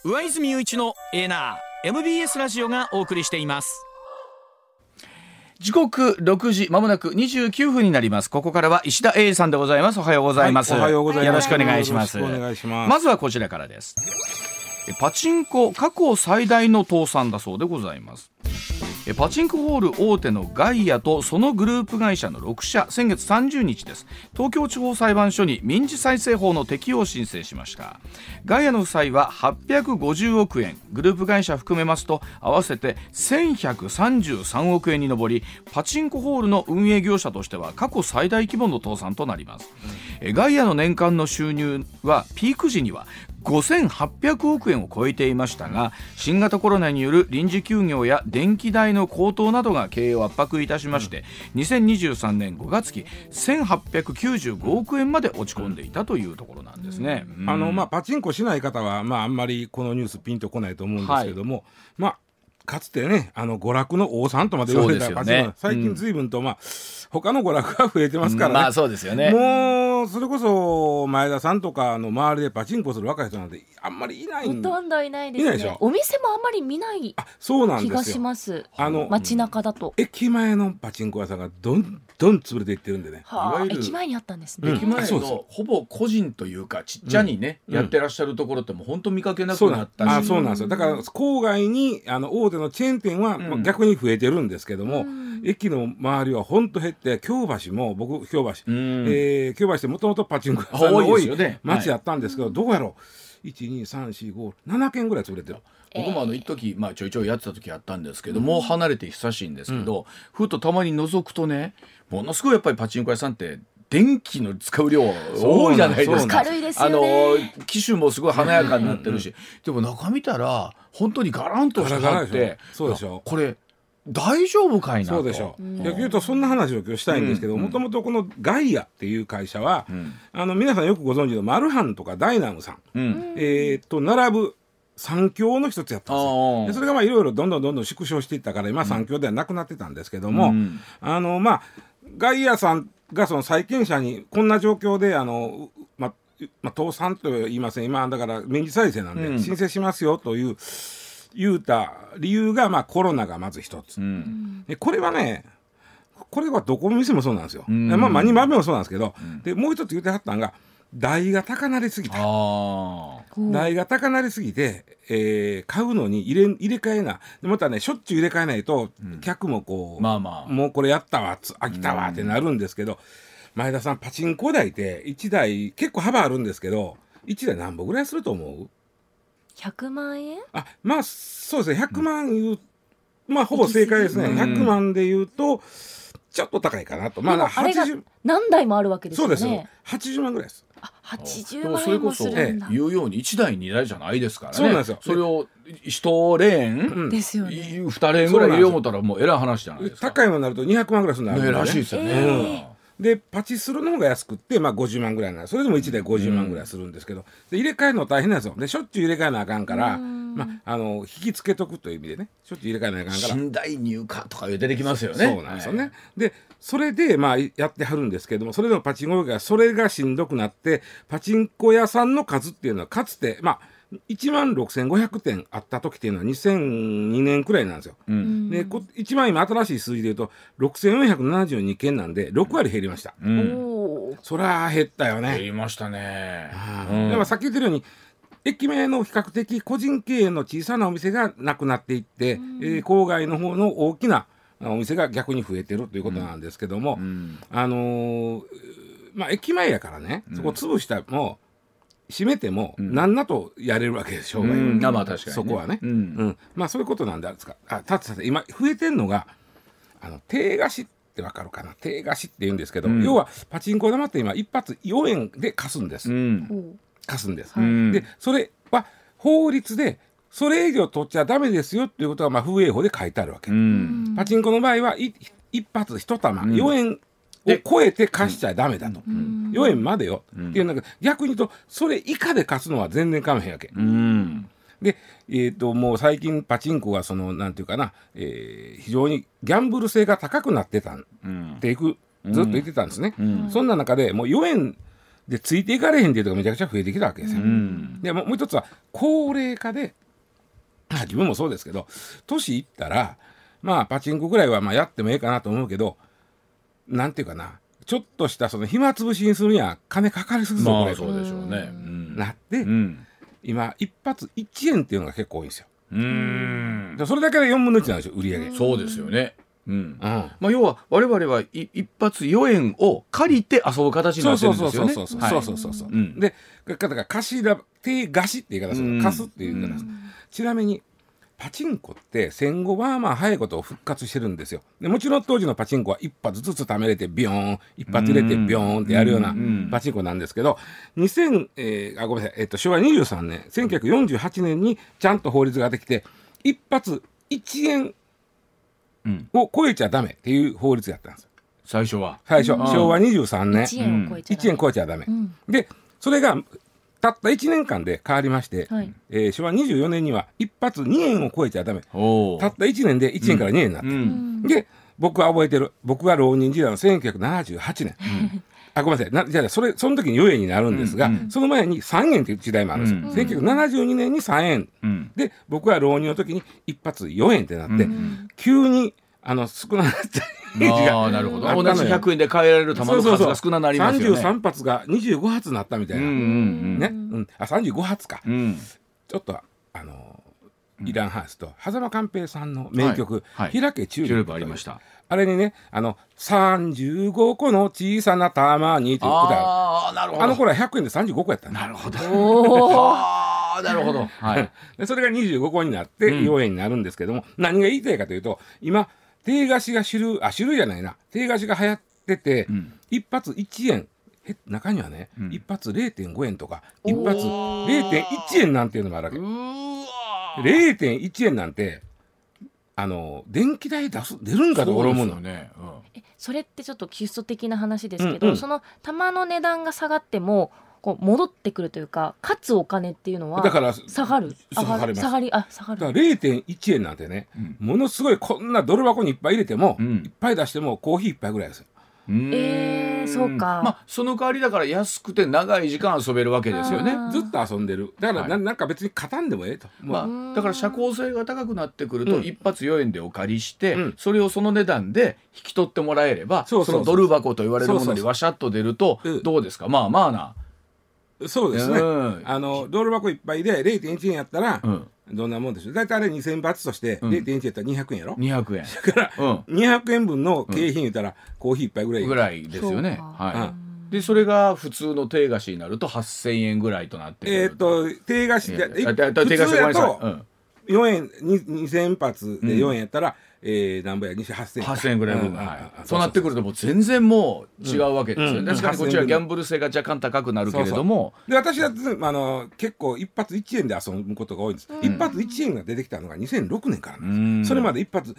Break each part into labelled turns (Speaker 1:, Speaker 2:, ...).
Speaker 1: 上泉雄一のエナー MBS ラジオがお送りしています。時刻6時まもなく29分になります。ここからは石田英さんでございます。おはようございます。
Speaker 2: おはようございます。
Speaker 1: よろしくお願いします。まずはこちらからです。パチンコ過去最大の倒産だそうでございます。パチンコホール大手のガイアとそのグループ会社の6社、先月30日です。東京地方裁判所に民事再生法の適用を申請しました。ガイアの負債は850億円、グループ会社含めますと合わせて1133億円に上り、パチンコホールの運営業者としては過去最大規模の倒産となります。ガイアの年間の収入はピーク時には5800億円を超えていましたが、新型コロナによる臨時休業や電気代の高騰などが経営を圧迫いたしまして、2023年5月期1895億円まで落ち込んでいたというところなんですね。
Speaker 2: パチンコしない方は、あんまりこのニュースピンとこないと思うんですけども、かつてね、娯楽の王さんとまで言われたパチンコ、最近随分と他の娯楽が増えてますからね。
Speaker 1: そうですよね。
Speaker 2: もうそれこそ前田さんとかの周りでパチンコする若い人なんてあんまりいない。
Speaker 3: ほとんどいないですね。
Speaker 2: いないでしょ。
Speaker 3: お店もあんまり見ない気がします。街中だと
Speaker 2: 駅前のパチンコ屋さんがどんどん潰れていってるんでね。
Speaker 3: いわゆる駅前にあったんですね。
Speaker 1: 駅前のほぼ個人というかちっちゃにね、やってらっしゃるところってもう本当見かけなくなったし。
Speaker 2: そうなんですよ。だから郊外に大手のチェーン店は逆に増えてるんですけども、駅の周りは本当減って、京橋も僕京橋ってもともとパチンコ屋さんが多い町だったんですけど、どうやろう12345 軒ぐらい潰れてる。
Speaker 1: 僕も一時ちょいちょいやってた時あったんですけど、もう離れて久しいんですけど、ふとたまに覗くとね、ものすごいやっぱりパチンコ屋さんって電気の使う量多いじゃないですか。
Speaker 3: 軽いですよね。
Speaker 1: 機種もすごい華やかになってるし、でも中見たら本当にガランとしてあって、
Speaker 2: そうでしょ。
Speaker 1: これ大丈夫かいなと。
Speaker 2: そうでしょ。逆に言うとそんな話を今日したいんですけど、もともとこのガイアっていう会社は、皆さんよくご存知のマルハンとかダイナムさん、並ぶ三強の一つやったんですよ。でそれがいろいろどんどん縮小していったから今三強ではなくなってたんですけども、ガイアさんがその債権者にこんな状況で倒産とは言いません、今だから民事再生なんで申請しますよという言うた理由が、コロナがまず一つ、でこれはどこの店もそうなんですよ。マニマメもそうなんですけど、でもう一つ言ってはったのが代が高なりすぎた。代が高なりすぎて、買うのに入れ替えな。でまたね、しょっちゅう入れ替えないと、客ももうこれやったわ飽きたわってなるんですけど、前田さんパチンコ台って1台結構幅あるんですけど、1台何本ぐらいすると思う
Speaker 3: ？100万円？
Speaker 2: そうですね、100万言う、ほぼ正解ですね。100万で言うとちょっと高いかなと。
Speaker 3: あれが何台もあるわけですよね。
Speaker 2: そうです。80万ぐらいです。
Speaker 3: 80万円もするんだ。
Speaker 1: 言うように1台2台じゃないですからね。
Speaker 2: そうなんですよ。
Speaker 1: それを1レーン、
Speaker 3: ですよね。
Speaker 1: 2レーンぐらい入れよう思ったらもうえらい話じゃないですか。
Speaker 2: 高いのになると200万ぐらいするのあるんでね。
Speaker 1: らしいですよね。
Speaker 2: でパチするのが安くって50万ぐらいなる。それでも1台50万ぐらいするんですけど、で入れ替えるの大変なんですよ。でしょっちゅう入れ替えなあかんから、引き付けとくという意味でね、しょっちゅう入れ替えなあかんから
Speaker 1: 寝台入荷とか出てきますよね。
Speaker 2: そうなんですよね。でそれでやってはるんですけども、それでもパチンコがそれがしんどくなって、パチンコ屋さんの数っていうのはかつて16,500店あった時っていうのは2002年くらいなんですよ。で一番今新しい数字で言うと6472件なんで6割減りました。そりゃ減ったよね。
Speaker 1: 減りましたね。
Speaker 2: でもさっき言ってるように駅前の比較的個人経営の小さなお店がなくなっていって、郊外の方の大きなお店が逆に増えてるということなんですけども、駅前やからね、そこ潰したも閉めても何なとやれるわけでしょうが、
Speaker 1: 確かにね、
Speaker 2: そこはね、そういうことなんですか。ただ今増えてんのが定貸しってわかるかな。定貸しって言うんですけど、要はパチンコ玉って今一発4円で貸すんです。でそれは法律でそれ以上取っちゃダメですよっていうことが風営法で書いてあるわけ。パチンコの場合は一発一玉4円を超えて貸しちゃダメだと、4円までよっていうのが、逆に言うとそれ以下で貸すのは全然構わへんわけ。で、もう最近パチンコがなんていうかな、非常にギャンブル性が高くなってたってずっと言ってたんですね。そんな中でもう4円でついていかれへんっていうとこがめちゃくちゃ増えてきたわけですよ。でもう一つは高齢化で、自分もそうですけど、年いったらまあパチンコぐらいはまあやってもええかなと思うけど、なんていうかな、ちょっとしたその暇つぶしにするには金かかりすぎそう、これ
Speaker 1: そうでしょうね、
Speaker 2: なって、今一発1円っていうのが結構多いんですよ。それだけで4分の1なんですよ、売り上げ。
Speaker 1: そうですよね。要は我々は一発4円を借りて遊ぶ形になってるんですよね。
Speaker 2: そうで、だから貸しだ手貸しって言い方する、貸すっていう言い方する。ちなみにパチンコって戦後はまあ早いこと復活してるんですよ。でもちろん当時のパチンコは一発ずつ貯めれてビョーン、一発入れてビョーンってやるようなパチンコなんですけど、ごめんなさい、昭和23年1948年にちゃんと法律ができて、一発1円を超えちゃダメっていう法律やったんですよ。
Speaker 1: 最初昭
Speaker 2: 和23年
Speaker 3: 1円を
Speaker 2: 超えちゃダメ、でそれがたった1年間で変わりまして、昭和24年には一発2円を超えちゃダメ、たった1年で1円から2円になって、で僕は覚えてる、僕が浪人時代の1978年ごめんなさい、じゃあその時に4円になるんですが、その前に3円という時代もあるんですよ。1972年に3円、で僕は浪人の時に一発4円ってなって、急に少なくなったイメージが。
Speaker 1: なるほど。同じ100円で買えられる球の数が少なくなりますよね。
Speaker 2: 33発が25発になったみたいな、35発か、ちょっとイランハースと狭間寛平さんの名曲「開けチューリップ」ありました。あれにね、35個の小さな玉にっていう歌がある。頃は100円で35個やったんだ。
Speaker 1: なるほど。なるほど。
Speaker 2: でそれが25個になって4円になるんですけども、何が言いたいかというと、今定貸しが主流じゃないな、定貸しが流行ってて、一発1円、中にはね、一発 0.5 円とか一発 0.1 円なんていうのもあるわけ。0.1 円なんて電気代出るんかと思うのね。
Speaker 3: それってちょっと基礎的な話ですけど、その玉の値段が下がってもこう戻ってくるというか、勝つお金っていうのは
Speaker 2: だから
Speaker 3: 下がる。
Speaker 2: 下がります。
Speaker 3: 下がる。
Speaker 2: だから 0.1 円なんてね、ものすごいこんなドル箱にいっぱい入れても、いっぱい出してもコーヒー一杯ぐらいですよ。
Speaker 3: そうか。
Speaker 1: その代わりだから安くて長い時間遊べるわけですよね。
Speaker 2: ずっと遊んでる。だからなんか別に勝たんでもええと。
Speaker 1: だから社交性が高くなってくると、一発4円でお借りして、それをその値段で引き取ってもらえれば、そのドル箱と言われるものにワシャッと出ると、どうですか。まあまあな。
Speaker 2: そうですね。ドル箱いっぱいで 0.1 円やったら、どんなもんでしょう。だいたいあれ2000発として 0.1 やったら200円やろ。
Speaker 1: 200円
Speaker 2: だから200円分の景品言ったらコーヒー一杯ぐらい
Speaker 1: ですよね。でそれが普通の定貸しになると8000円ぐらいとなってくる。
Speaker 2: 定貸しで普通だと4円2000発で4円やったら何ぼや8000円
Speaker 1: ぐらい分、そうなってくるともう全然もう違うわけですよね。確かにこっちはギャンブル性が若干高くなるけれども、
Speaker 2: で私は結構一発1円で遊ぶことが多いんです。一発1円が出てきたのが2006年からなんです。それまで一発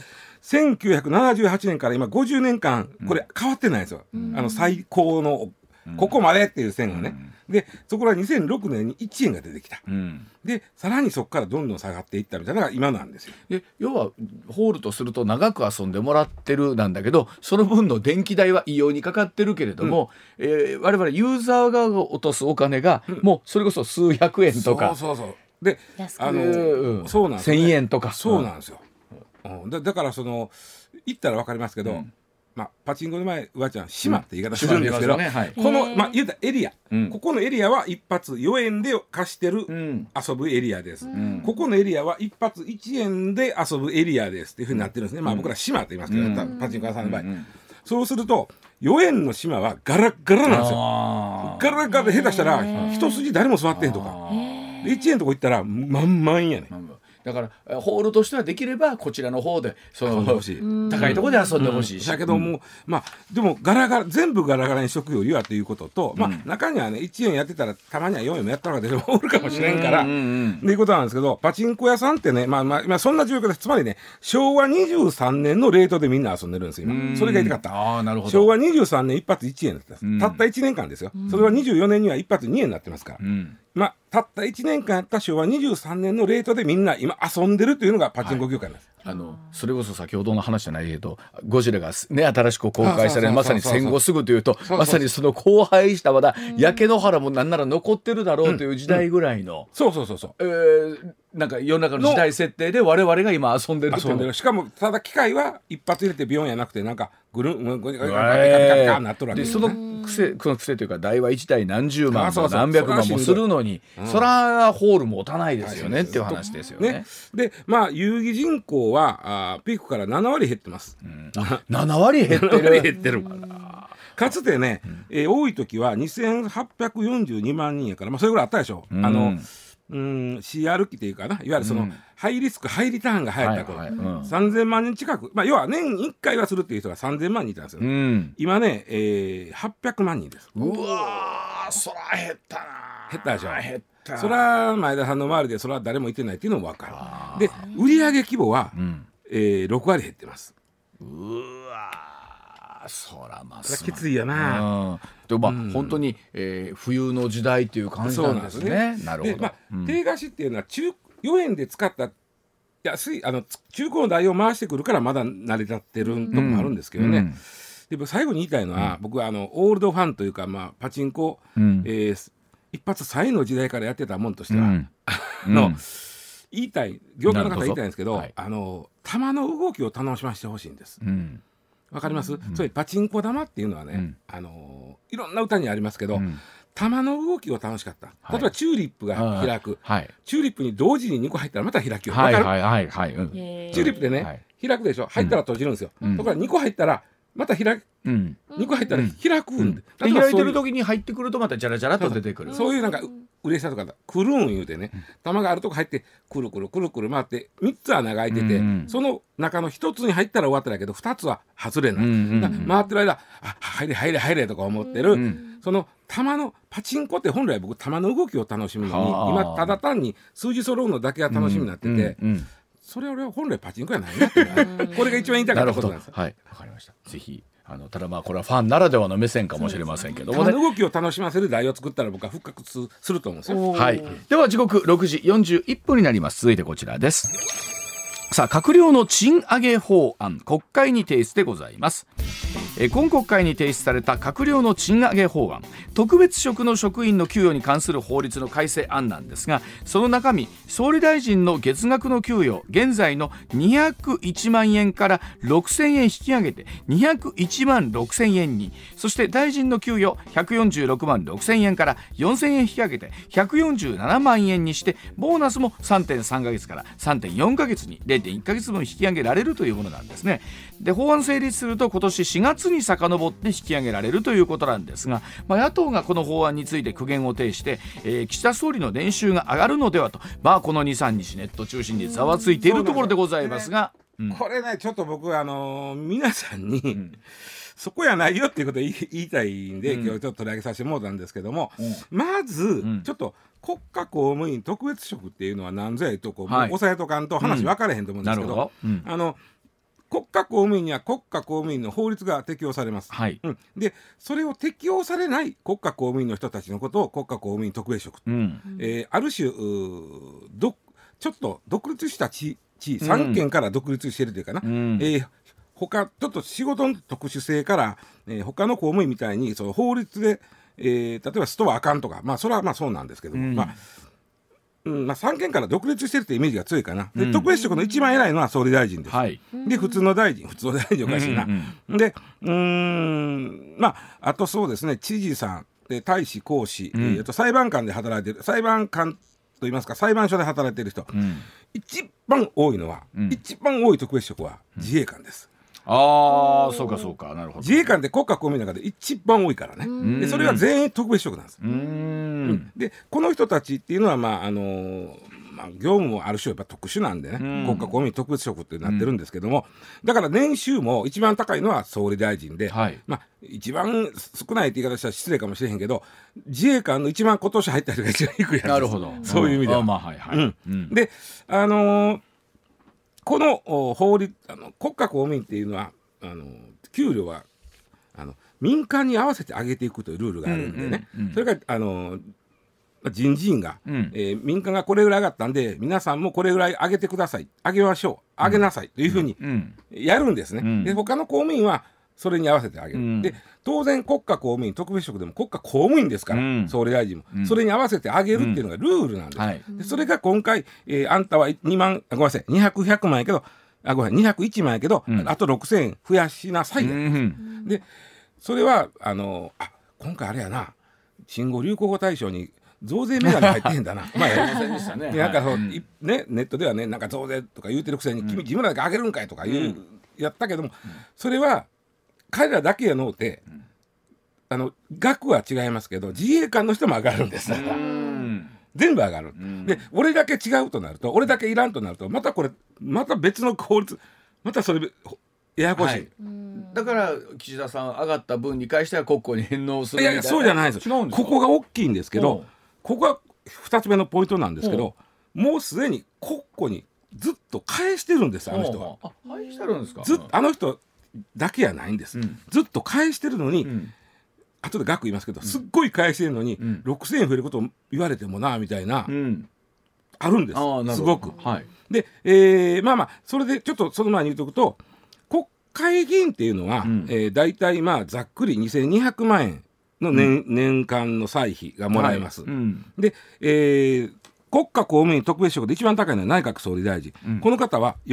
Speaker 2: 1978年から今50年間これ変わってないんですよ。最高のここまでっていう線がね。でそこから2006年に1円が出てきた。でさらにそこからどんどん下がっていったみたいなのが今なんですよ。
Speaker 1: で要はホールとすると長く遊んでもらってるなんだけど、その分の電気代は異様にかかってるけれども、我々ユーザー側が落とすお金がもうそれこそ数百円とか、
Speaker 2: で
Speaker 1: そうなんですよね、1000円とか、
Speaker 2: そうなんですよ。だから言ったら分かりますけど、パチンコの前、うわちゃん島って言い方するんですけど、この言うたエリア、ここのエリアは一発4円で貸してる遊ぶエリアです。ここのエリアは一発1円で遊ぶエリアですっていうふうになってるんですね。僕ら島って言いますけど、パチンコ屋さんの場合、そうすると4円の島はガラッガラなんですよ。ガラッガラで下手したら一筋誰も座ってんとか、1円とこ行ったら満々やね。
Speaker 1: だからホールとしてはできればこちらの方で高いところで遊んでほしいし、
Speaker 2: だけどもでもガラガラ全部ガラガラにしとくよりはということと、中にはね1円やってたらたまには4円もやったわけでおるかもしれんからっていうことなんですけど、パチンコ屋さんってねそんな状況です。つまりね昭和23年のレートでみんな遊んでるんですよ今。それが言いたかった。昭和23年一発1円だったんです。たった1年間ですよ。それは24年には一発2円になってますから。 たった1年間やった昭和23年のレートでみんな今遊んでるというのがパチンコ業界なんです。
Speaker 1: それこそ先ほどの話じゃないけどゴジラが、ね、新しく公開されるまさに戦後すぐというとまさにその荒廃したまだ焼け野原もなんなら残ってるだろうという時代ぐらいの、なんか世の中の時代設定で我々が今遊んでる
Speaker 2: 遊んでる。しかもただ機械は一発入れてビヨンやなくてなんかぐるんぐるんなっとるわけ
Speaker 1: でその癖というか台は1台何十万も何百万もするのにそらホール持たないですよねっていう話ですよね。
Speaker 2: で遊戯人口はピークから7割減ってます。
Speaker 1: 7割減ってる
Speaker 2: かつてね、多い時は2842万人やから、それぐらいあったでしょ。CR 期っていうかないわゆるその、ハイリスクハイリターンが流行った頃、3000万人近く、要は年1回はするっていう人が3000万人いたんですよ、今ね、800万人です。
Speaker 1: うわーそら減ったな。
Speaker 2: 減ったでしょ。減った。そら前田さんの周りでそら誰もいてないっていうのも分かる。で売上規模は、6割減ってます。
Speaker 1: うわそら
Speaker 2: きついやな。
Speaker 1: 本当に、冬の時代っていう感じなんですね。なるほど。
Speaker 2: 定貸しっていうのは4円で使った安い中古の代を回してくるからまだ成り立ってるとこもあるんですけどね。で最後に言いたいのは、僕はオールドファンというか、パチンコ、一発3円の時代からやってたもんとしては、言いたい業界の方言いたいんですけど、玉の動きを楽しませてほしいんです。わかります？それパチンコ玉っていうのはね、いろんな歌にありますけど、玉の動きを楽しかった。例えばチューリップが開く、チューリップに同時に2個入ったらまた開きよ。わかる？チューリップでね、開くでしょ。入ったら閉じるんですよ。ところが2個入ったらまた開く、2個入ったら開くんで、
Speaker 1: 開いてる時に入ってくるとまたジャラジャラと出てくる。
Speaker 2: そういうなんか嬉しさとかくるん言うてね、玉があるとこ入ってくるくるくるくる回って3つ穴が開いてて、その中の1つに入ったら終わったんだけど2つは外れない。回ってる間入れ入れ入れとか思ってる、その玉のパチンコって本来僕玉の動きを楽しむのに今ただ単に数字揃うのだけが楽しみになってて、それ俺は本来パチンコやないなってこれが一番言いたかったことなんです。
Speaker 1: はい、わかりました。ぜひただこれはファンならではの目線かもしれませんけどもね。
Speaker 2: 動きを楽しませる台を作ったら僕は復活すると思うんですよ。
Speaker 1: はい。では時刻6時41分になります。続いてこちらです。さあ閣僚の賃上げ法案国会に提出でございます。今国会に提出された閣僚の賃上げ法案、特別職の職員の給与に関する法律の改正案なんですが、その中身、総理大臣の月額の給与現在の201万円から6000円引き上げて201万6000円に、そして大臣の給与146万6000円から4000円引き上げて147万円にして、ボーナスも 3.3 ヶ月から 3.4 ヶ月に 0.1 ヶ月分引き上げられるというものなんですね。で法案成立すると今年4月に遡って引き上げられるということなんですが、野党がこの法案について苦言を呈して、岸田総理の年収が上がるのではと、この 2,3 日ネット中心にざわついているところでございますが、
Speaker 2: これねちょっと僕皆さんに、そこやないよっていうことを言いたいんで、今日ちょっと取り上げさせてもらったんですけども、まず、ちょっと国家公務員特別職っていうのは何ぞやと押さえとかんと話分かれへんと思うんですけど、国家公務員には国家公務員の法律が適用されます。でそれを適用されない国家公務員の人たちのことを国家公務員特別職、ある種ちょっと独立した地3県から独立しているというかな、他ちょっと仕事の特殊性から、他の公務員みたいにその法律で、例えばストはあかんとか、それはそうなんですけども、3県から独立してるってイメージが強いかな。で特別職の一番偉いのは総理大臣です。で普通の大臣おかしいな。であとそうですね、知事さんで大使公使、あと裁判官で働いてる裁判官といいますか裁判所で働いてる人、一番多いのは、一番多い特別職は自衛官です。
Speaker 1: そうかそうか、なるほど。
Speaker 2: 自衛官って国家公務員の中で一番多いからね。でそれは全員特別職なんです。でこの人たちっていうのは業務もある種やっぱ特殊なんでね、国家公務員特別職ってなってるんですけども、だから年収も一番高いのは総理大臣で、一番少ないって言い方したら失礼かもしれへんけど、自衛官の一番今年入った人が一番低いやつです。
Speaker 1: なるほど。
Speaker 2: そういう意味では。でこの法律国家公務員っていうのは給料は民間に合わせて上げていくというルールがあるんでね、それが人事院が、民間がこれぐらい上がったんで皆さんもこれぐらい上げてください、上げましょう、上げなさいというふうにやるんですね、で他の公務員はそれに合わせてあげる、で当然国家公務員特別職でも国家公務員ですから、総理大臣も、それに合わせてあげるっていうのがルールなんです、でそれが今回、あんたは2万ごめんなさい200万やけど201万やけど、あと6000円増やしなさい、でそれは今回あれやな、新語・流行語大賞に増税メガネ入ってへんだな前なんかネットではね、なんか増税とか言うてるくせに、君自分らだけ上げるんかいとかやったけども、それは彼らだけやのうて、額は違いますけど自衛官の人も上がるんです全部上がる、で俺だけ違うとなると、俺だけいらんとなると、また別の法律、またそれややこしい、
Speaker 1: だから岸田さん上がった分に関しては国庫に返納するみたいな。
Speaker 2: そうじゃないです。ここが大きいんですけど、ここが2つ目のポイントなんですけど、もうすでに国庫にずっと返してるんです、あの人は。
Speaker 1: 返してるんですか。
Speaker 2: あの人だけやないんです、ずっと返してるのに、後で額言いますけど、すっごい返してるのに、6000円増えることを言われてもなみたいな、あるんです、すごく。で、それでちょっとその前に言うとくと、国会議員っていうのは、だいたいざっくり2200万円の年間の歳費がもらえます、で、国家公務員特別職で一番高いのは内閣総理大臣、この方は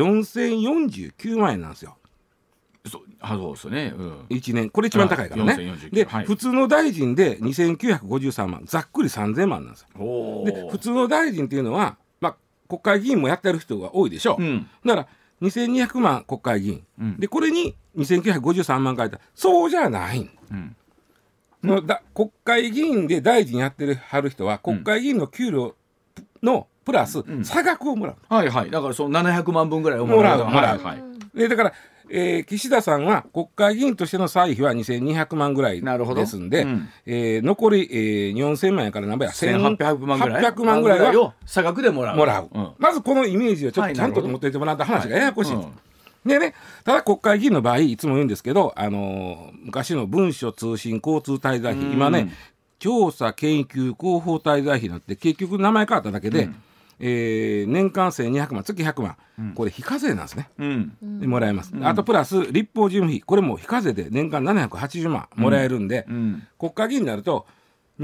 Speaker 2: 4049万円なんですよ。
Speaker 1: そうですね、
Speaker 2: 1年これ一番高いからね。で、普通の大臣で2953万、ざっくり3000万なんですよ。で普通の大臣っていうのは、国会議員もやってる人が多いでしょ、だから2200万国会議員、でこれに2953万書いたらそうじゃない、国会議員で大臣やってはる人は国会議員の給料のプラス差額をもらう、
Speaker 1: だからその700万分ぐらいを
Speaker 2: もらう、でだから岸田さんは国会議員としての歳費は2200万ぐらいですんで、残り、4000万やから何倍や
Speaker 1: 1800万ぐらい
Speaker 2: 800万ぐらいを
Speaker 1: 差額でもらう、
Speaker 2: まずこのイメージをちょっとちゃんと持っておいてもらった話がややこしい、でね、ただ国会議員の場合いつも言うんですけど、昔の文書通信交通滞在費、今ね調査研究広報滞在費になって結局名前変わっただけで、年間1200万月100万、これ非課税なんですね、でもらえます、あとプラス立法事務費、これも非課税で年間780万もらえるんで、国会議員になると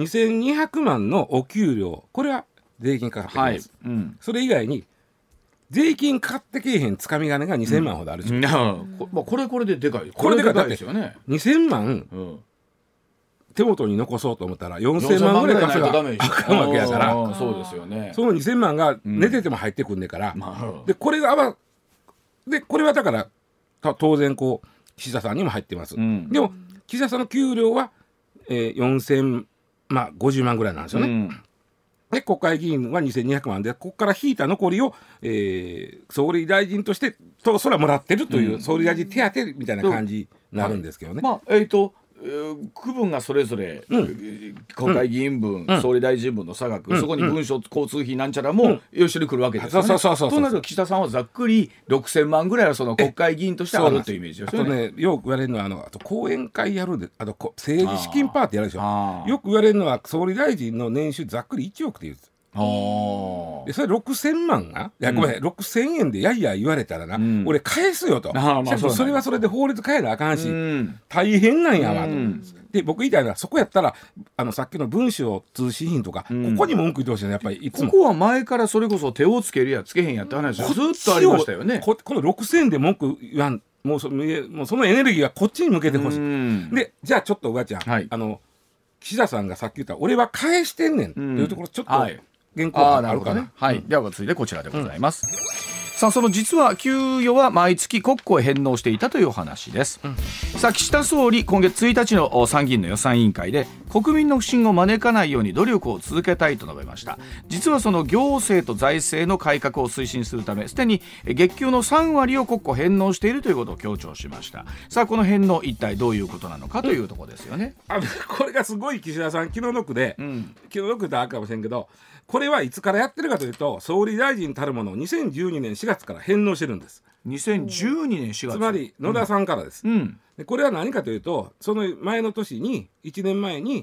Speaker 2: 2200万のお給料、これは税金かかってきます、それ以外に税金かかってけえへんつかみ金が2000万ほどあるし、
Speaker 1: これででかい、
Speaker 2: これでかいですよね。2000万、手元に残そうと思ったら4000万ぐらい稼があかんわけやから、
Speaker 1: そうですよね。
Speaker 2: その2000万が寝てても入ってくんねから、でこれがこれはだから当然岸田さんにも入ってます、でも岸田さんの給料は、4050万ぐらいなんですよね、で国会議員は2200万で、ここから引いた残りを、総理大臣としてそれはもらってるという、総理大臣手当みたいな感じになるんですけどね、
Speaker 1: 区分がそれぞれ、国会議員分、総理大臣分の差額、そこに文書交通費なんちゃらも一緒に来るわけですよね。そうなると岸田さんはざっくり6000万ぐらいはその国会議員としてあるというイメージですよね。
Speaker 2: あとね、よく言われるのはあと講演会やるで、あと政治資金パーティーやるでしょ。よく言われるのは総理大臣の年収ざっくり1億って言うんです。でそれ6000万がごめん6000円でやいや言われたらな、俺返すよと、それはそれで法律変えなあかんし、大変なんやわと、で僕言いたいのは、そこやったらさっきの文書通信費とか、ここに文句言ってほしいのやっぱりいつも。
Speaker 1: ここは前からそれこそ手をつけるやつけへんやって話がずっとありましたよね。
Speaker 2: この6000円で文句言わん、もうそのエネルギーはこっちに向けてほしい。でじゃあちょっとうわちゃん、岸田さんがさっき言った俺は返してんねんというところ、ちょっと原稿があるかな。
Speaker 1: では続いてこちらでございます、さあその実は給与は毎月国庫へ返納していたというお話です、さあ岸田総理今月1日の参議院の予算委員会で国民の不信を招かないように努力を続けたいと述べました。実はその行政と財政の改革を推進するためすでに月給の3割を国庫返納しているということを強調しました。さあこの返納一体どういうことなのかというところですよね、
Speaker 2: これがすごい岸田さん気の毒で、気の毒であるかもしれんけど、これはいつからやってるかというと、総理大臣たるものを2012年4月から返納してるんです。
Speaker 1: 2012年4月、
Speaker 2: つまり野田さんからです、でこれは何かというと、その前の年に1年前に、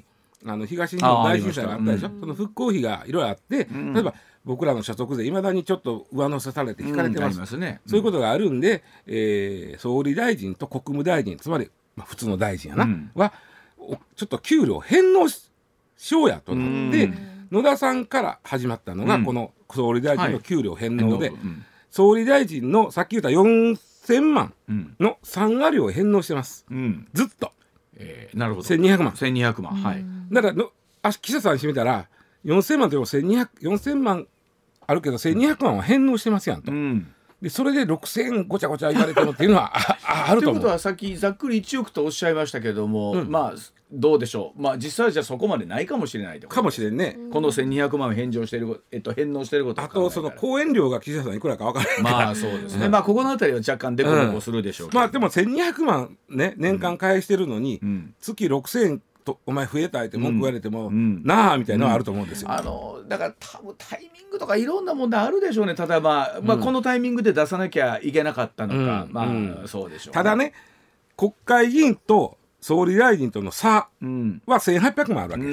Speaker 2: 東日本大震災があったでしょ、その復興費がいろいろあって、例えば僕らの所得税いまだにちょっと上乗せされて引かれてます、そういうことがあるんで、総理大臣と国務大臣、つまり、普通の大臣やな、はちょっと給料返納しようやとなって、野田さんから始まったのが、この総理大臣の給料返納で、総理大臣のさっき言った4000万の3割を返納してます、ずっと。
Speaker 1: なるほど。
Speaker 2: 1200万、
Speaker 1: はい。
Speaker 2: だから記者さんにしてみたら4000万というの4000万あるけど1200万は返納してますやんと、でそれで6000ごちゃごちゃ言われてもっていうのはあると思う。という
Speaker 1: ことはさっきざっくり1億とおっしゃいましたけども、どうでしょう、実際はじゃあそこまでないかもしれない
Speaker 2: かもしれんね。
Speaker 1: この1200万を返納していること
Speaker 2: あとその講演料が記者さんいくらか分からないから
Speaker 1: そうですね、ここのあたりは若干デコボコするでしょうけど、
Speaker 2: でも1200万ね年間返してるのに、月6000とお前増えたいって文句言われても、なあみたいなのはあると思うんですよ。
Speaker 1: だから多分タイミングとかいろんな問題あるでしょうね。例えば、このタイミングで出さなきゃいけなかったのか、そうでしょう、
Speaker 2: ただね、国会議員と総理大臣との差は1800万あるわけです、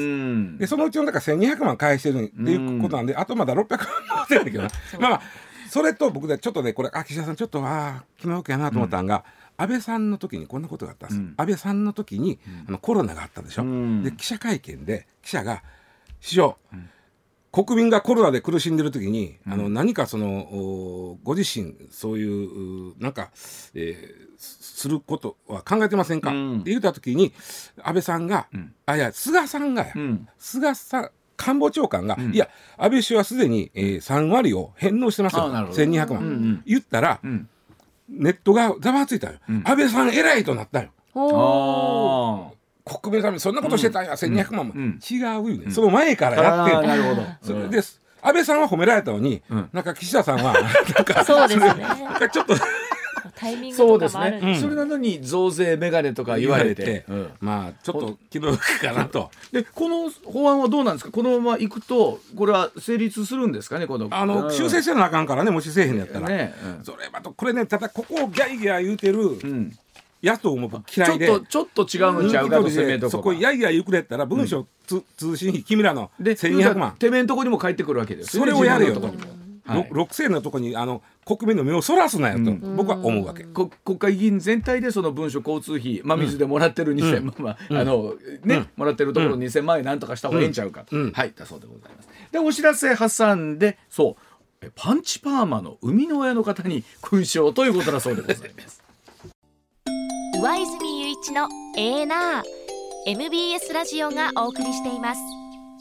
Speaker 2: でそのうちのだから1200万返してるっていうことなんで、あとまだ600万持ってるんだけどなそれと僕でちょっとねこれ岸田さんちょっと気の毒やなと思ったのが、安倍さんの時にこんなことがあったんです、安倍さんの時にコロナがあったでしょ、で記者会見で記者が師匠、国民がコロナで苦しんでる時に、何かそのご自身そういうなんか、することは考えてませんか、って言った時に安倍さんが、いや菅さんが菅さん官房長官が、いや安倍首相はすでに、3割を返納してますよ、1200万、言ったら、ネットがざわついたよ、安倍さん偉いとなったよ。国民のためにそんなことしてたんや、1200万も、違うよね、その前からやってる。
Speaker 1: なるほど。
Speaker 2: それです。安倍さんは褒められたのに、なんか岸田さんはなんか
Speaker 3: そうですね。
Speaker 2: なんかちょっと
Speaker 3: タイミングとかもあるんです。
Speaker 1: それなのに増税メガネとか言われて、
Speaker 2: ちょっと気の毒かなと。
Speaker 1: でこの法案はどうなんですか。このままいくとこれは成立するんですかね。この
Speaker 2: 修正せなあかんからね、もしせえへんやったら。それまたこれね、ただここをギャイギャイ言うてる。野党も嫌いで
Speaker 1: ちょっと違うのちゃうかと攻めとこ
Speaker 2: そこやいや言うくれったら文書、通信費君らの1200万
Speaker 1: てめえんとこにも返ってくるわけです
Speaker 2: よ、それをやれよと、6000のとこに国民の目をそらすなよと、僕は思うわけ。
Speaker 1: 国会議員全体でその文書交通費、水でもらってる2000万、もらってるところ2000万円なんとかした方がええんちゃうかと、だそうでございます。でお知らせ挟んで、パンチパーマの生みの親の方に勲章ということだそうでございます。
Speaker 4: 上泉雄一のエーナー MBS ラジオがお送りしています。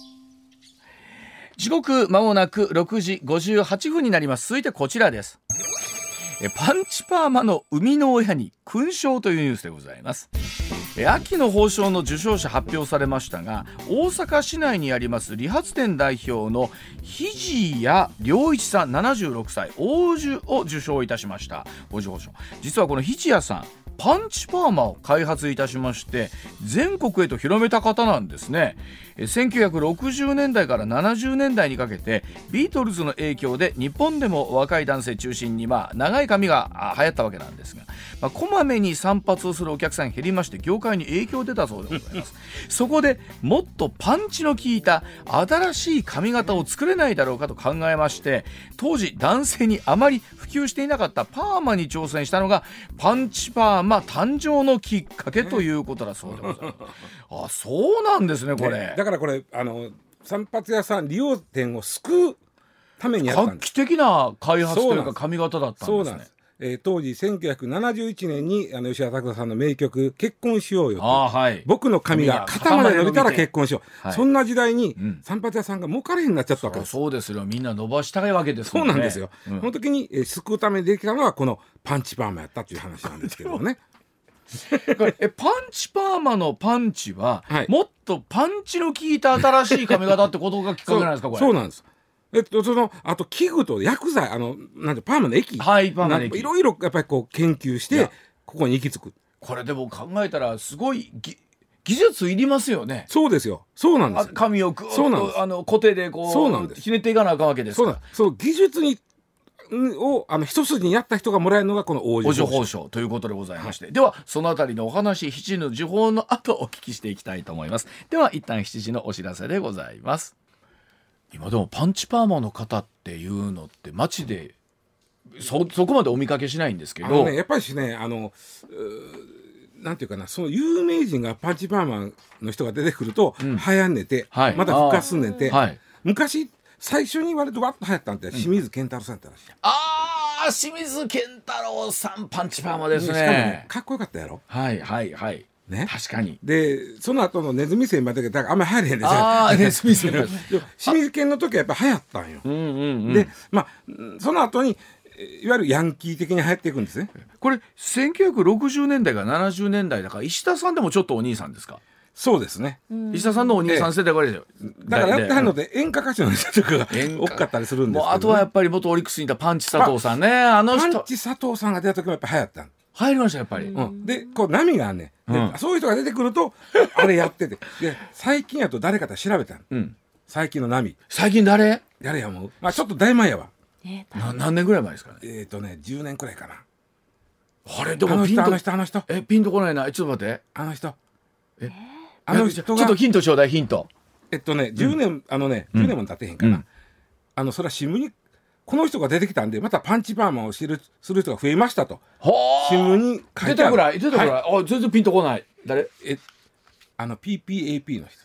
Speaker 1: 時刻まもなく6時58分になります。続いてこちらです。パンチパーマの生みの親に勲章というニュースでございます。秋の褒章の受章者発表されましたが、大阪市内にあります理髪店代表の肘谷良一さん76歳王寿を受章いたしました。王寿褒章、実はこの肘谷さんパンチパーマを開発いたしまして全国へと広めた方なんですね。1960年代から70年代にかけてビートルズの影響で日本でも若い男性中心に長い髪が流行ったわけなんですが、こまめに散髪をするお客さん減りまして業界に影響出たそうでございますそこでもっとパンチの効いた新しい髪型を作れないだろうかと考えまして、当時男性にあまり普及していなかったパーマに挑戦したのがパンチパーマ誕生のきっかけということだそうでございます。そうなんですね。これ
Speaker 2: だからこれ散髪屋さん利用店を救うためにやったんです。
Speaker 1: 画期的な開発というか髪型だったんですね。
Speaker 2: そうなんです。当時1971年に吉田拓郎さんの名曲結婚しようよと、僕の髪が肩まで伸びたら結婚しよう、そんな時代に散髪屋さんが儲かれへんになっちゃったわけです。
Speaker 1: そうですよ、みんな伸ばしたいわけですもんね。
Speaker 2: そうなんですよ、その時に救うためにできたのがこのパンチパーマやったっていう話なんですけどね
Speaker 1: パンチパーマのパンチは、もっとパンチの効いた新しい髪型ってことがきっかけなんですか。これ
Speaker 2: そうなんです。あと器具と薬剤なんてパーマの液、いろいろやっぱりこう研究してここに行き着く。
Speaker 1: これでも考えたらすごい技術いりますよね。
Speaker 2: そうですよ、そうなんです。
Speaker 1: 髪をぐっと固定でこうひねっていかなあかんわけですから。
Speaker 2: そう技術にを一筋にやった人がもらえるのがこの王女褒章
Speaker 1: ということでございまして、ではそのあたりのお話七の時報の後お聞きしていきたいと思います。では一旦7時のお知らせでございます。今でもパンチパーマの方っていうのって街でそこまでお見かけしないんですけど、
Speaker 2: やっぱりねなんていうかな、その有名人がパンチパーマの人が出てくると流行んねて、また復活すんねて、昔最初に割とわっと流行ったんって清水健太郎さんだったらしい。
Speaker 1: 清水健太郎さんパンチパーマですね。
Speaker 2: しかもねかっこよかったやろ。
Speaker 1: ね、確かに。
Speaker 2: でその後のネズミ線までだからあんまり流行れへんですよ。
Speaker 1: ネズミ線
Speaker 2: 清水健の時はやっぱ流行ったんよ。でその後にいわゆるヤンキー的に流行っていくんですね。
Speaker 1: これ1960年代から70年代だから石田さんでもちょっとお兄さんですか。
Speaker 2: そうですね。
Speaker 1: 石田さんのお兄さん世代がですよ。
Speaker 2: だからやってはるので演歌歌手の人とかが多かったりするんですけど、ね、
Speaker 1: あとはやっぱり元オリックスにいたパンチ佐藤さんね。
Speaker 2: パンチ佐藤さんが出た時もやっぱ流行ったん。
Speaker 1: 入りましたやっぱり。
Speaker 2: でこう波があんねん。そういう人が出てくるとあれやってて、で最近やと誰かと調べたん。最近の波。
Speaker 1: 最近誰
Speaker 2: や思う。ちょっと大前やわ。
Speaker 1: 何年ぐらい前ですかね。
Speaker 2: 10年くらいかな。
Speaker 1: あれでも
Speaker 2: あの人
Speaker 1: ピンとこないな。ちょっと待って。
Speaker 2: あの人
Speaker 1: ちょっとヒントちょうだい。ヒント。
Speaker 2: 10年10年も経ってへんかな。それは新聞にこの人が出てきたんでまたパンチパーマをする人が増えましたと新聞に書いてある。
Speaker 1: 出たぐらい。全然ピンとこない。誰
Speaker 2: ？PPAP の人。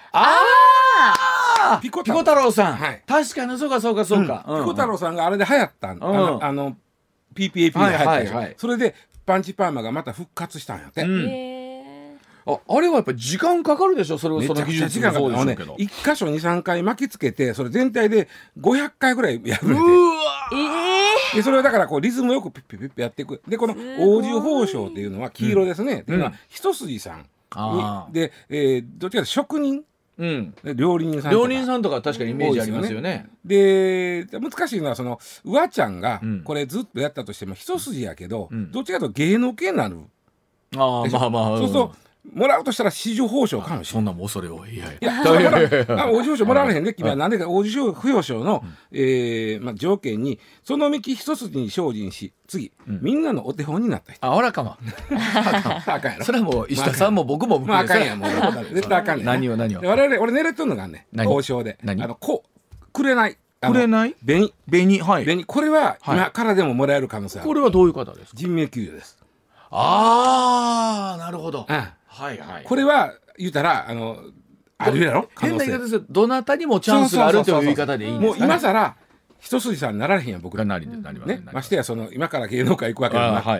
Speaker 1: ピコ太郎さん。確かにそうか。ピコ
Speaker 2: 太郎さんがあれで流行ったん。PPAP が流行って、それでパンチパーマがまた復活したんやって。
Speaker 1: あれはやっぱり時間かかるでしょ。その技術もそうでしょうけど、
Speaker 2: 1箇所 2,3 回巻きつけてそれ全体で500回ぐらいやる。でそれをだからこうリズムよくピッピッピッピやっていく。でこの王子褒章っていうのは黄色ですね。っていうのは一筋さんでどっちかというと職人、料理人さん
Speaker 1: とか確かにイメージありますよね。
Speaker 2: で難しいのはそのうわちゃんがこれずっとやったとしても一筋やけど、どっちかというと芸能系になる。そうするともらうとしたら紫綬褒章かもしれない。
Speaker 1: そんなも恐れを。いや
Speaker 2: 王子褒章もらわれへんね。君はなんでか王子褒章の条件にその道一筋に精進し次みんなのお手本になった人。
Speaker 1: あらかま。それはもう石田さんも僕も
Speaker 2: あかんやん。もう絶対あかんねん。
Speaker 1: 何を
Speaker 2: 俺狙ってるのがね褒章でくれない紅これは今からでももらえる可能性ある。
Speaker 1: これはどういう方ですか。
Speaker 2: 人命給与です。
Speaker 1: なるほど。
Speaker 2: これは言うたらあるやろ。
Speaker 1: 変な言い方ですよ。どなたにもチャンスがあるという言い方でいいんですかね。
Speaker 2: もう今更一筋さんになられへんやん僕ら。
Speaker 1: なります
Speaker 2: ね。ましてや今から芸能界行くわけだから。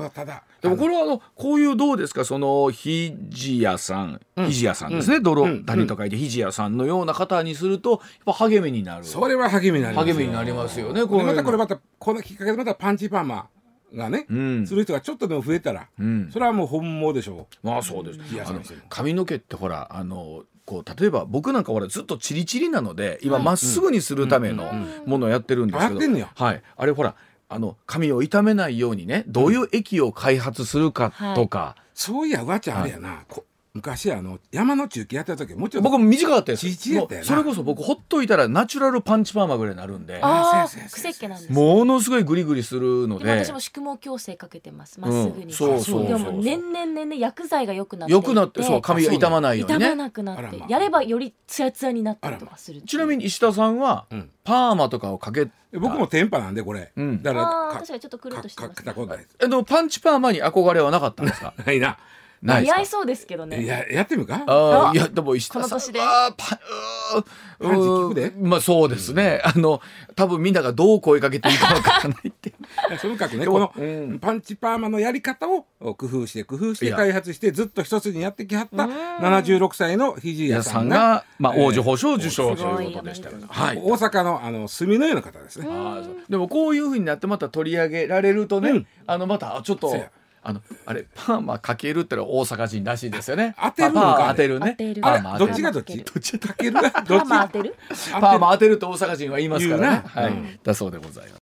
Speaker 2: ただ
Speaker 1: でもこれはこういうどうですか。そのひじやさんですね。泥谷と書いてひじやさんのような方にするとやっぱ励みになる。
Speaker 2: それは励みになります。
Speaker 1: 励みになりますよね。
Speaker 2: またこのきっかけでまたパンチパーマがね、する人がちょっとでも増えたら、それはもう本望でしょう。
Speaker 1: そうです。髪の毛ってほら例えば僕なんかずっとチリチリなので今まっすぐにするためのものをやってるんですけど、あれほら髪を傷めないようにねどういう液を開発するかとか、
Speaker 2: そういやわちゃんあれやな。昔山の中継やってた時もうちょっと
Speaker 1: 僕も短かったです。
Speaker 2: そ
Speaker 1: れこそ僕ほっといたらナチュラルパンチパーマぐらいになるんで。
Speaker 3: 癖っ気なんです。
Speaker 1: ものすごいグリグリするので。
Speaker 3: 私も宿毛矯正かけてます。まっすぐに。でも年々薬剤が良くなって
Speaker 1: そう髪が傷まないようにね。
Speaker 3: 傷まなくなってやればよりツヤツヤになったりとかする。
Speaker 1: ちなみに石田さんはパーマとかをかけ
Speaker 2: 僕もテンパなんでこれ。
Speaker 3: だから確かにちょっとくるっとしてます。
Speaker 2: かけたことない。
Speaker 1: でもパンチパーマに憧れはなかったんですか。
Speaker 2: ないな。
Speaker 3: 似合いそうですけどね。
Speaker 2: やってみるか。
Speaker 1: いやでも石田さん
Speaker 2: パンチ効くで。
Speaker 1: そうですね。多分みんながどう声かけていいかわからないって。
Speaker 2: とにかくねこのパンチパーマのやり方を工夫して開発してずっと一つにやってきはった76歳のひじやさんが
Speaker 1: 王女褒章を受賞ということでしたよね。
Speaker 2: 大阪の住のような方ですね。
Speaker 1: でもこういう風になってまた取り上げられるとねまたちょっと。あれパーマかけるってのは大阪人らしいですよね。
Speaker 2: 当てるのか
Speaker 1: 当てるね。
Speaker 2: どっちがどっちかけるが
Speaker 3: どっちパーマ当てる
Speaker 1: パーマ当てると大阪人は言いますからね。だそうでございます。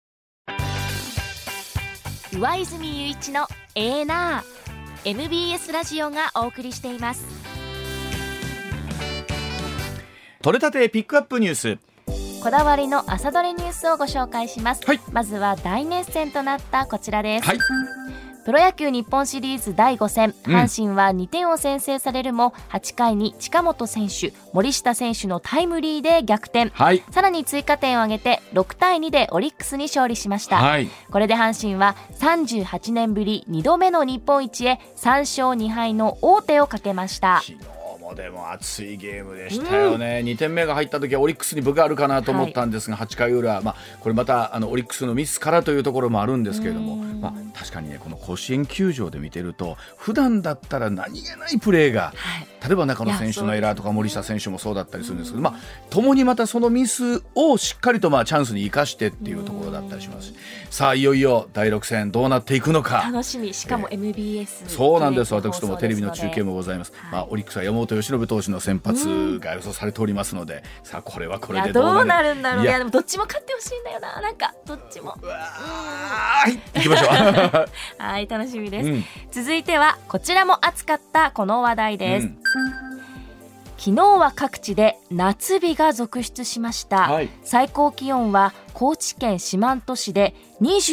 Speaker 4: 上泉雄一のエーナー MBS ラジオがお送りしています。
Speaker 1: 取れたてピックアップニュース。
Speaker 3: こだわりの朝どれニュースをご紹介します、
Speaker 1: はい、
Speaker 3: まずは大熱戦となったこちらです、
Speaker 1: はい、
Speaker 3: プロ野球日本シリーズ第5戦、阪神は2点を先制されるも8回に近本選手、森下選手のタイムリーで逆転、
Speaker 1: はい、
Speaker 3: さらに追加点を挙げて6対2でオリックスに勝利しました、はい、これで阪神は38年ぶり2度目の日本一へ3勝2敗の王手をかけました。
Speaker 1: でも熱いゲームでしたよね、2点目が入った時はオリックスに分があるかなと思ったんですが、8回裏、これまたオリックスのミスからというところもあるんですけれども、確かにねこの甲子園球場で見てると普段だったら何気ないプレーが、例えば中野選手のエラーとか森下選手もそうだったりするんですけど、共にまたそのミスをしっかりとチャンスに生かしてっていうところだったりします。さあいよいよ第6戦どうなっていくのか
Speaker 3: 楽しみ、しかも MBS、
Speaker 1: そうなんです。私どもテレビの中継もございます、オリックスは山本由伸投手の先発が予想されておりますので、さあこれはこれで
Speaker 3: どうなるんだろう。いやでもどっちも勝ってほしいんだよな、なんかどっちも。
Speaker 1: はい行きましょう
Speaker 3: はい楽しみです、続いてはこちらも暑かったこの話題です、昨日は各地で夏日が続出しました、最高気温は高知県四万十市で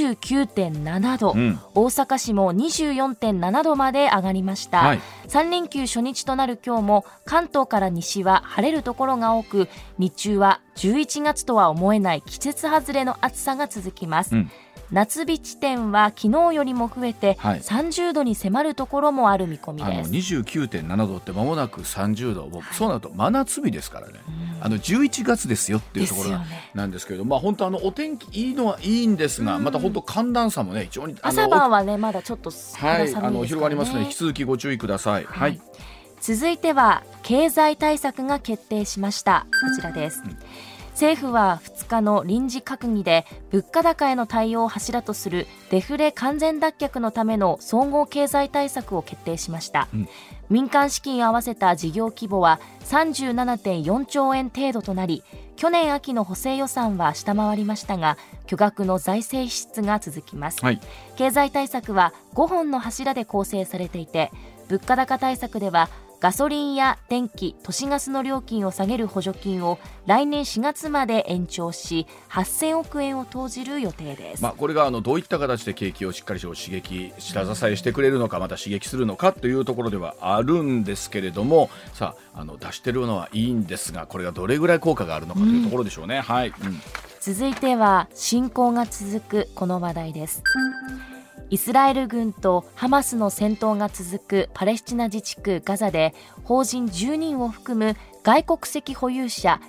Speaker 3: 29.7 度、大阪市も 24.7 度まで上がりました、3連休初日となる今日も関東から西は晴れるところが多く、日中は11月とは思えない季節外れの暑さが続きます、夏日地点は昨日よりも増えて30度に迫るところもある見込みです。
Speaker 1: 29.7 度って間もなく30度、そうなると真夏日ですからね、11月ですよっていうところなんですけれども、本当お天気いいのはいいんですが、また本当寒暖差もね非常に
Speaker 3: 朝晩はねまだちょっと寒いですからね、
Speaker 1: 広がりますので引き続きご注意ください、
Speaker 3: 続いては経済対策が決定しました。こちらです、政府は2日の臨時閣議で物価高への対応を柱とするデフレ完全脱却のための総合経済対策を決定しました、民間資金を合わせた事業規模は 37.4 兆円程度となり、去年秋の補正予算は下回りましたが巨額の財政支出が続きます、経済対策は5本の柱で構成されていて、物価高対策ではガソリンや電気、都市ガスの料金を下げる補助金を来年4月まで延長し8000億円を投じる予定です、
Speaker 1: これがどういった形で景気をしっかりと刺激下支えしてくれるのか、また刺激するのかというところではあるんですけれども、さあ出してるのはいいんですが、これがどれぐらい効果があるのかというところでしょうね、
Speaker 3: 続いては侵攻が続くこの話題です。イスラエル軍とハマスの戦闘が続くパレスチナ自治区ガザで邦人10人を含む外国籍保有者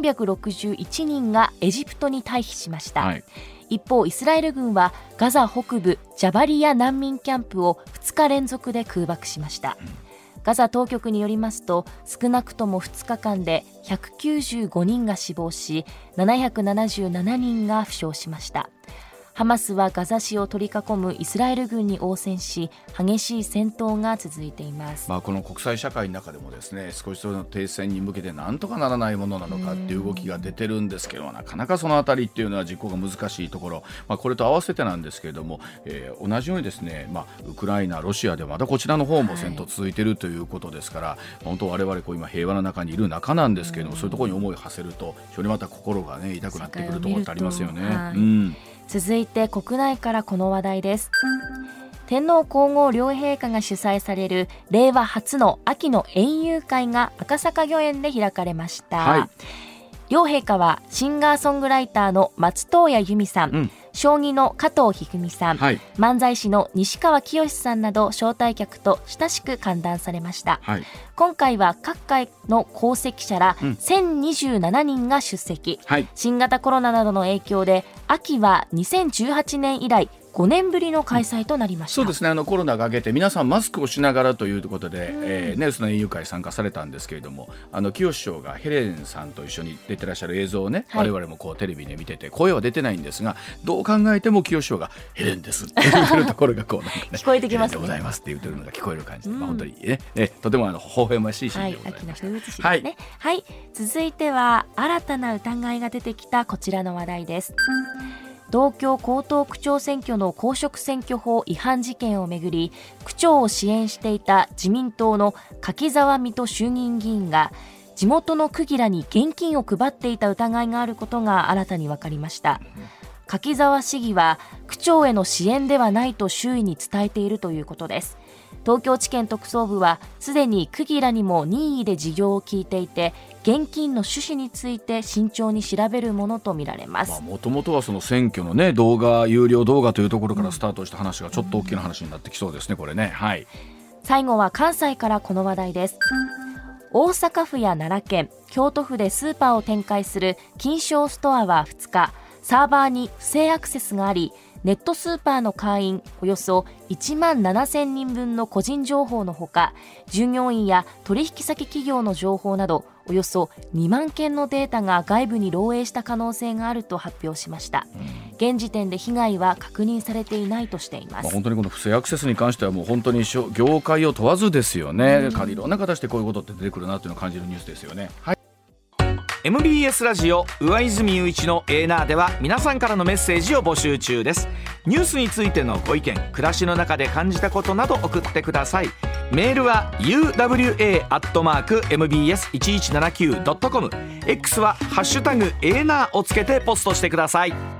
Speaker 3: 361人がエジプトに退避しました、一方イスラエル軍はガザ北部ジャバリア難民キャンプを2日連続で空爆しました、ガザ当局によりますと少なくとも2日間で195人が死亡し777人が負傷しました。ハマスはガザ市を取り囲むイスラエル軍に応戦し激しい戦闘が続いています、
Speaker 1: この国際社会の中でもですね、少しずつの停戦に向けてなんとかならないものなのかっていう動きが出てるんですけど、なかなかそのあたりっていうのは実行が難しいところ、これと合わせてなんですけれども、同じようにですね、ウクライナロシアでまたこちらの方も戦闘続いているということですから、本当我々今平和な中にいる中なんですけれども、そういうところに思いを馳せると非常にまた心がね痛くなってくるところってありますよね、
Speaker 3: 続いて国内からこの話題です。天皇皇后両陛下が主催される令和初の秋の園遊会が赤坂御苑で開かれました、両陛下はシンガーソングライターの松任谷由実さん、将棋の加藤一二三さん、漫才師の西川きよしさんなど招待客と親しく歓談されました、今回は各界の功績者ら1027人が出席、新型コロナなどの影響で秋は2018年以来5年ぶりの開催となりました。
Speaker 1: そうですね、コロナが明けて皆さんマスクをしながらということで、その園遊会参加されたんですけれども、清志師匠がヘレンさんと一緒に出てらっしゃる映像をね、我々もテレビで見てて声は出てないんですが、どう考えても清志師匠がヘレンですって言ってるところがなんか、
Speaker 3: 聞こえてきますね。
Speaker 1: ヘレンでございますって言ってるのが聞こえる感じで、本当にね、とても微笑ましいシーンでございました。
Speaker 3: 秋の風物詩ですね。続いては新たな疑いが出てきたこちらの話題です。東京江東区長選挙の公職選挙法違反事件をめぐり、区長を支援していた自民党の柿沢水戸衆議院議員が地元の区議らに現金を配っていた疑いがあることが新たに分かりました。柿沢市議は区長への支援ではないと周囲に伝えているということです。東京地検特捜部はすでに区議らにも任意で事情を聞いていて、現金の趣旨について慎重に調べるものとみられます。
Speaker 1: もともとはその選挙の、ね、動画、有料動画というところからスタートした話がちょっと大きな話になってきそうですね、これね。はい、
Speaker 3: 最後は関西からこの話題です。大阪府や奈良県、京都府でスーパーを展開する金商ストアは2日、サーバーに不正アクセスがあり、ネットスーパーの会員およそ1万7000人分の個人情報のほか、従業員や取引先企業の情報などおよそ2万件のデータが外部に漏洩した可能性があると発表しました。現時点で被害は確認されていないとしています。
Speaker 1: 本当にこの不正アクセスに関してはもう本当に業界を問わずですよね。いろんな形でこういうことって出てくるなというのを感じるニュースですよね。はい、MBS ラジオ上泉雄一のエーナーでは皆さんからのメッセージを募集中です。ニュースについてのご意見、暮らしの中で感じたことなど送ってください。メールは uwa@mbs1179.com、 X はハッシュタグエーナーをつけてポストしてください。